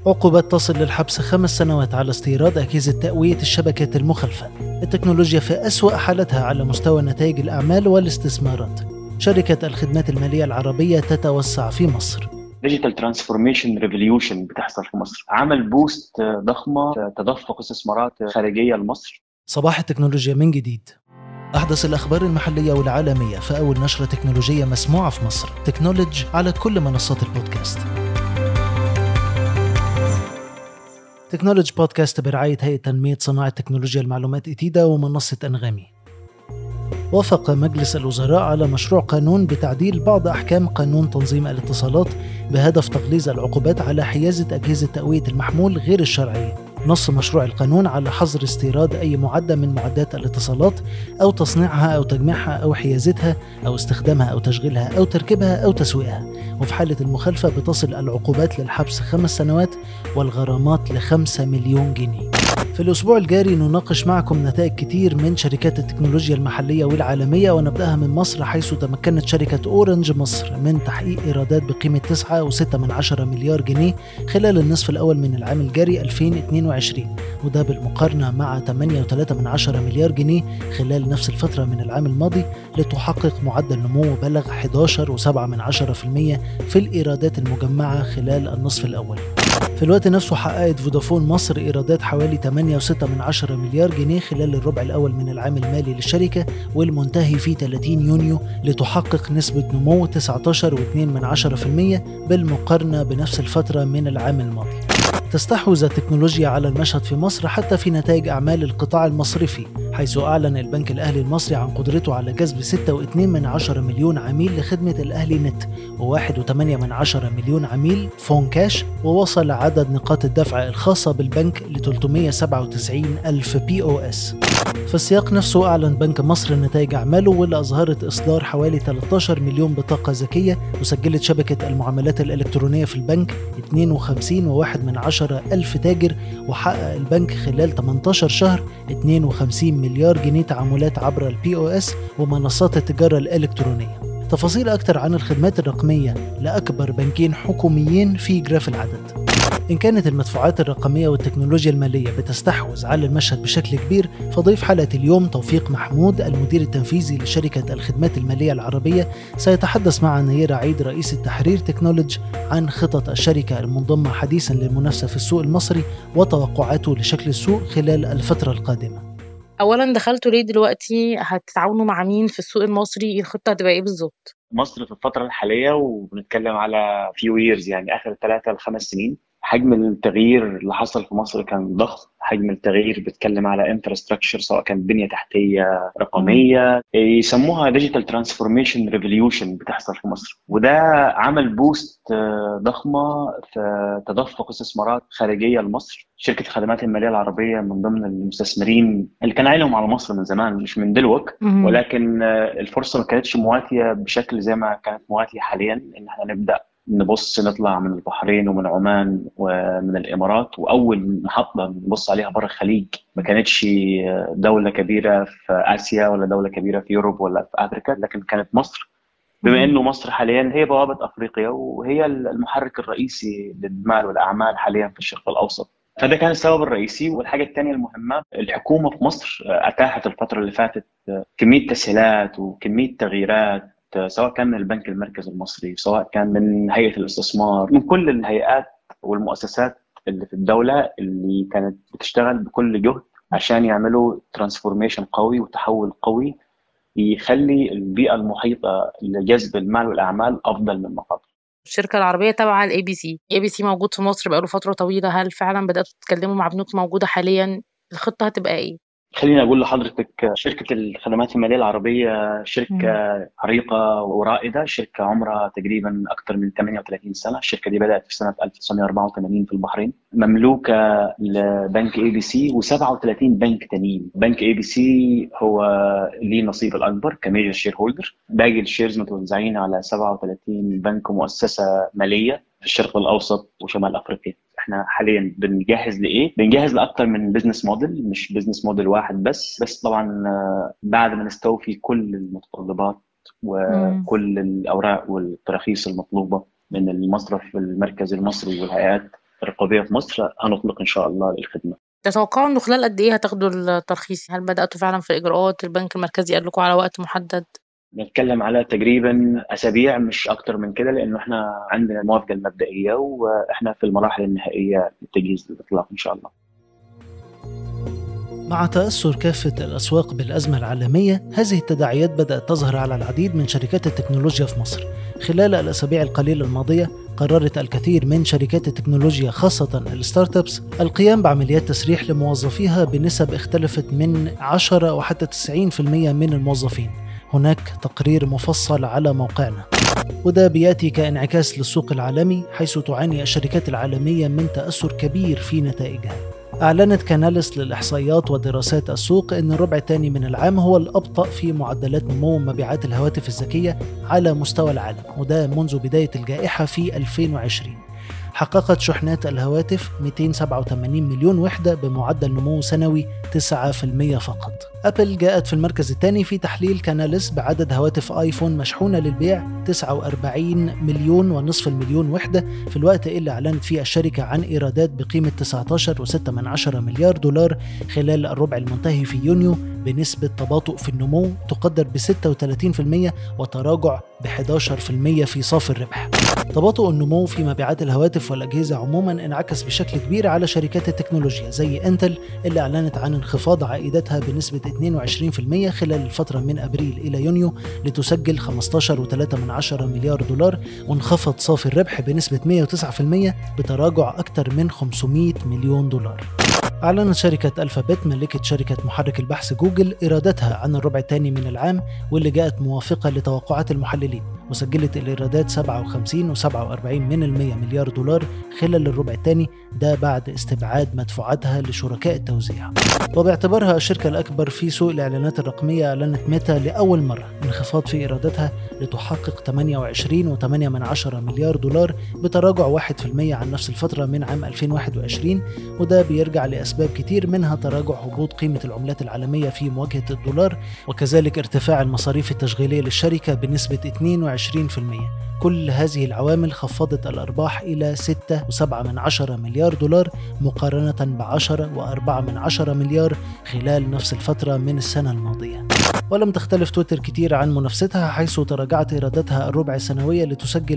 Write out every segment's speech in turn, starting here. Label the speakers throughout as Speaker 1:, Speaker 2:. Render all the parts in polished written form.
Speaker 1: عقوبات تصل للحبس 5 سنوات على استيراد أجهزة تقوية الشبكات المخالفة. التكنولوجيا في أسوأ حالتها على مستوى نتائج الأعمال والاستثمارات. شركة الخدمات المالية العربية تتوسع في مصر.
Speaker 2: ديجيتال ترانسفورميشن ريفوليوشن بتحصل في مصر، عمل بوست ضخمة في تدفق استثمارات خارجية لمصر.
Speaker 1: صباح التكنولوجيا من جديد. أحدث الأخبار المحلية والعالمية في أول نشرة تكنولوجية مسموعة في مصر. تكنولوجي على كل منصات البودكاست. تكنولوجي بودكاست برعاية هيئة تنمية صناعة تكنولوجيا المعلومات إتيدا ومنصة أنغامي. وافق مجلس الوزراء على مشروع قانون بتعديل بعض أحكام قانون تنظيم الاتصالات بهدف تقليص العقوبات على حيازة أجهزة تقوية المحمول غير الشرعية. نص مشروع القانون على حظر استيراد أي معدة من معدات الاتصالات أو تصنيعها أو تجميعها أو حيازتها أو استخدامها أو تشغيلها أو تركيبها أو تسويقها، وفي حالة المخالفة بتصل العقوبات للحبس 5 سنوات والغرامات ل5 مليون جنيه. في الأسبوع الجاري نناقش معكم نتائج كتير من شركات التكنولوجيا المحلية والعالمية، ونبدأها من مصر، حيث تمكنت شركة أورنج مصر من تحقيق إيرادات بقيمة 9.6 مليار جنيه خلال النصف الأول من العام الجاري 2022، وده بالمقارنة مع 8.3 مليار جنيه خلال نفس الفترة من العام الماضي، لتحقق معدل نمو بلغ 11.7% في الإيرادات المجمعة خلال النصف الأول. في الوقت نفسه حققت فودافون مصر إيرادات حوالي 8.6 مليار جنيه خلال الربع الأول من العام المالي للشركة والمنتهي في 30 يونيو، لتحقق نسبة نمو 19.2% بالمقارنة بنفس الفترة من العام الماضي. تستحوذ التكنولوجيا على المشهد في مصر حتى في نتائج أعمال القطاع المصرفي، حيث أعلن البنك الأهلي المصري عن قدرته على جذب 6.2 مليون عميل لخدمة الأهلي نت و1.8 مليون عميل فون كاش، ووصل عدد نقاط الدفع الخاصة بالبنك ل 397 ألف POS. في السياق نفسه أعلن بنك مصر نتائج أعماله، واللي أظهرت إصدار حوالي 13 مليون بطاقة ذكية، وسجلت شبكة المعاملات الإلكترونية في البنك 52.1 ألف تاجر، وحقق البنك خلال 18 شهر 52 مليار جنيه تعاملات عبر POS ومنصات التجارة الإلكترونية. تفاصيل أكتر عن الخدمات الرقمية لأكبر بنكين حكوميين في جراف العدد. إن كانت المدفوعات الرقمية والتكنولوجيا المالية بتستحوذ على المشهد بشكل كبير، فضيف حلقة اليوم توفيق محمود المدير التنفيذي لشركة الخدمات المالية العربية سيتحدث مع نيرة عيد رئيس التحرير تكنولوجي عن خطط الشركة المنضمة حديثا للمنافسة في السوق المصري وتوقعاته لشكل السوق خلال الفترة القادمة.
Speaker 3: اولا دخلتوا ليه دلوقتي؟ هتتعاونوا مع مين في السوق المصري؟ الخطه هتبقى ايه بالظبط؟
Speaker 2: مصر في الفترة الحالية، وبنتكلم على few years يعني آخر 3 ل5 سنين، حجم التغيير اللي حصل في مصر كان ضخم. حجم التغيير بتكلم على انفراستراكشر، سواء كان بنية تحتية رقمية، يسموها ديجيتال ترانسفورميشن ريفوليوشن بتحصل في مصر، وده عمل بوست ضخمة في تدفق استثمارات خارجية لمصر. شركة الخدمات المالية العربية من ضمن المستثمرين اللي كان عينهم على مصر من زمان، مش من دلوقتي، ولكن الفرصة ما كانتش مواتية بشكل زي ما كانت مواتية حاليا، ان احنا نبدأ نطلع من البحرين ومن عمان ومن الامارات، واول محطه نبص عليها بره الخليج ما كانتش دوله كبيره في اسيا ولا دوله كبيره في يوروب ولا في افريكا، لكن كانت مصر. بما انه مصر حاليا هي بوابه افريقيا وهي المحرك الرئيسي للمال والاعمال حاليا في الشرق الاوسط، فده كان السبب الرئيسي. والحاجه الثانيه المهمه، الحكومه في مصر اتاحت الفتره اللي فاتت كميه تسهيلات وكميه تغييرات، سواء كان من البنك المركزي المصري، سواء كان من هيئة الاستثمار، من كل الهيئات والمؤسسات اللي في الدولة اللي كانت بتشتغل بكل جهد عشان يعملوا ترانسفورميشن قوي وتحول قوي يخلي البيئة المحيطة لجذب المال والأعمال أفضل من قبل.
Speaker 3: الشركه العربيه تابعه الاي بي سي. اي بي سي موجود في مصر بقاله فتره طويله، هل فعلا بداتوا تتكلموا مع بنوك موجوده حاليا؟ الخطه هتبقى ايه؟
Speaker 2: خليني أقول لحضرتك، شركة الخدمات المالية العربية شركة عريقة ورائدة، شركة عمرها تقريبا أكثر من 38 سنة. الشركة دي بدأت في سنة 1984 في البحرين، مملوكة لبنك اي بي سي و37 بنك تانيين. بنك اي بي سي هو ليه نصيب الأكبر كميجر شير هولدر، باقي الشيرز متوزعين على 37 بنك ومؤسسة مالية في الشرق الأوسط وشمال أفريقيا. احنا حاليا بنجهز لايه؟ بنجهز لاكثر من بزنس موديل، مش بزنس موديل واحد بس طبعا بعد ما نستوفي كل المتطلبات وكل الاوراق والتراخيص المطلوبه من المصرف المركزي المصري والهيئات الرقابية في مصر هنطلق إن شاء الله للخدمة.
Speaker 3: تتوقعوا إنه خلال قد إيه هتاخدوا الترخيص؟ هل بدأتوا فعلا في الإجراءات؟ البنك المركزي قال لكم على وقت محدد؟
Speaker 2: نتكلم على تقريبا أسابيع مش أكتر من كده، لأنه إحنا عندنا الموافقة المبدئية وإحنا في المراحل النهائية للتجهيز للإطلاق إن شاء الله.
Speaker 1: مع تأثر كافة الأسواق بالأزمة العالمية، هذه التداعيات بدأت تظهر على العديد من شركات التكنولوجيا في مصر. خلال الأسابيع القليلة الماضية قررت الكثير من شركات التكنولوجيا خاصة الستارت ابس القيام بعمليات تسريح لموظفيها بنسب اختلفت من 10 وحتى 90% من الموظفين. هناك تقرير مفصل على موقعنا، وده بياتي كانعكاس للسوق العالمي، حيث تعاني الشركات العالمية من تأثر كبير في نتائجها. أعلنت كاناليس للإحصائيات ودراسات السوق أن الربع الثاني من العام هو الأبطأ في معدلات نمو مبيعات الهواتف الذكية على مستوى العالم، وده منذ بداية الجائحة في 2020. حققت شحنات الهواتف 287 مليون وحدة بمعدل نمو سنوي 9% فقط. أبل جاءت في المركز الثاني في تحليل كاناليس بعدد هواتف آيفون مشحونة للبيع 49 مليون ونصف المليون وحدة، في الوقت اللي أعلنت فيه الشركة عن إيرادات بقيمة 19.6 مليار دولار خلال الربع المنتهي في يونيو، بنسبة تباطؤ في النمو تقدر ب 36% وتراجع ب 11% في صافي الربح. تباطؤ النمو في مبيعات الهواتف والأجهزة عموما انعكس بشكل كبير على شركات التكنولوجيا زي انتل، اللي أعلنت عن انخفاض عائداتها بنسبة 22% خلال الفترة من أبريل إلى يونيو لتسجل 15.3 مليار دولار، وانخفض صافي الربح بنسبة 109% بتراجع أكثر من 500 مليون دولار. أعلنت شركة ألفابت ملكة شركة محرك البحث جوجل إيراداتها عن الربع الثاني من العام، واللي جاءت موافقة لتوقعات المحللين، وسجلت الإيرادات 57.47 مليار دولار خلال الربع الثاني، ده بعد استبعاد مدفوعاتها لشركاء التوزيع. وباعتبارها الشركة الأكبر في سوق الإعلانات الرقمية، أعلنت ميتا لأول مرة انخفاض في إيراداتها لتحقق 28.8 مليار دولار بتراجع 1% عن نفس الفترة من عام 2021، وده بيرجع لأسباب كتير، منها تراجع هبوط قيمة العملات العالمية في مواجهة الدولار، وكذلك ارتفاع المصاريف التشغيلية للشركة بنسبة 22%. كل هذه العوامل خفضت الأرباح إلى 6.7 مليار دولار مقارنة ب10.4 مليار خلال نفس الفترة من السنة الماضية. ولم تختلف تويتر كتير عن منافستها، حيث تراجعت إيراداتها الربع السنوية لتسجل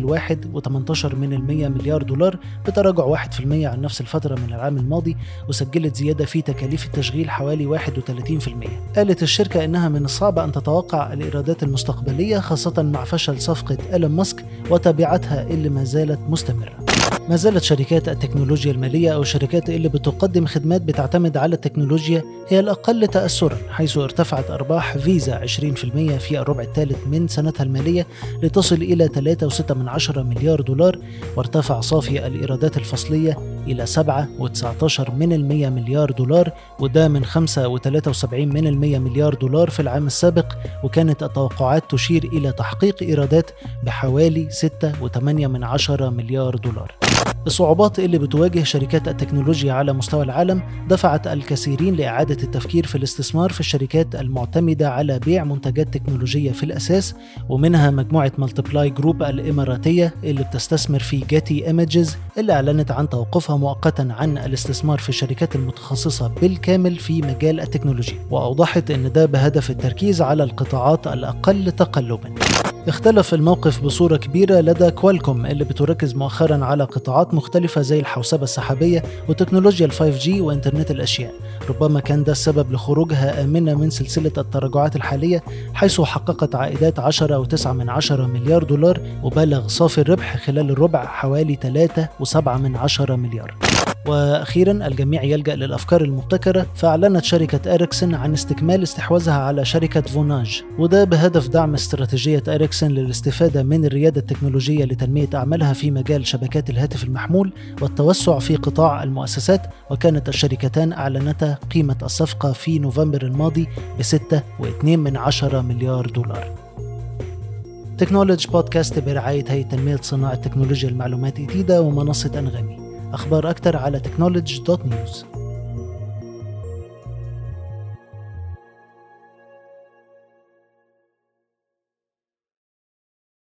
Speaker 1: 1.18 مليار دولار بتراجع 1% عن نفس الفترة من العام الماضي، وسجلت زيادة في تكاليف التشغيل حوالي 31%. قالت الشركة إنها من الصعب أن تتوقع الإيرادات المستقبلية، خاصة مع فشل صفقة إيلون ماسك وتبعاتها اللي ما زالت مستمرة. ما زالت شركات التكنولوجيا المالية أو الشركات اللي بتقدم خدمات بتعتمد على التكنولوجيا هي الأقل تأثرا، حيث ارتفعت أرباح فيزا 20% في الربع الثالث من سنتها المالية لتصل إلى 3.6 مليار دولار، وارتفع صافي الإيرادات الفصلية إلى 7.19 مليار دولار، وده من 5.73 مليار دولار في العام السابق، وكانت التوقعات تشير إلى تحقيق إيرادات بحوالي 6.8 مليار دولار. الصعوبات اللي بتواجه شركات التكنولوجيا على مستوى العالم دفعت الكثيرين لإعادة التفكير في الاستثمار في الشركات المعتمدة على بيع منتجات تكنولوجية في الأساس، ومنها مجموعة مالتيبلاي جروب الإماراتية اللي بتستثمر في جيتي إيميجز، اللي أعلنت عن توقفها مؤقتا عن الاستثمار في الشركات المتخصصة بالكامل في مجال التكنولوجيا، وأوضحت أن ده بهدف التركيز على القطاعات الأقل تقلبا. اختلف الموقف بصورة كبيرة لدى كوالكوم اللي بتركز مؤخرا على قطاعات مختلفة زي الحوسبة السحابية وتكنولوجيا ال5G وإنترنت الأشياء. ربما كان ده السبب لخروجها آمنة من سلسلة التراجعات الحالية، حيث حققت عائدات 10.9 مليار دولار، وبلغ صافي الربح خلال الربع حوالي 3.7 مليار. وأخيرا الجميع يلجأ للأفكار المبتكرة، فأعلنت شركة إريكسون عن استكمال استحواذها على شركة فوناج، وده بهدف دعم استراتيجية إريكسون للاستفادة من الريادة التكنولوجية لتنمية أعمالها في مجال شبكات الهاتف المحمول والتوسع في قطاع المؤسسات. وكانت الشركتان أعلنتا قيمة الصفقة في نوفمبر الماضي ب6.2 مليار دولار. تكنولوجي بودكاست برعاية هيئة تنمية صناعة تكنولوجيا المعلومات إتيدا ومنصة أنغامي. أخبار أكتر على technology.news.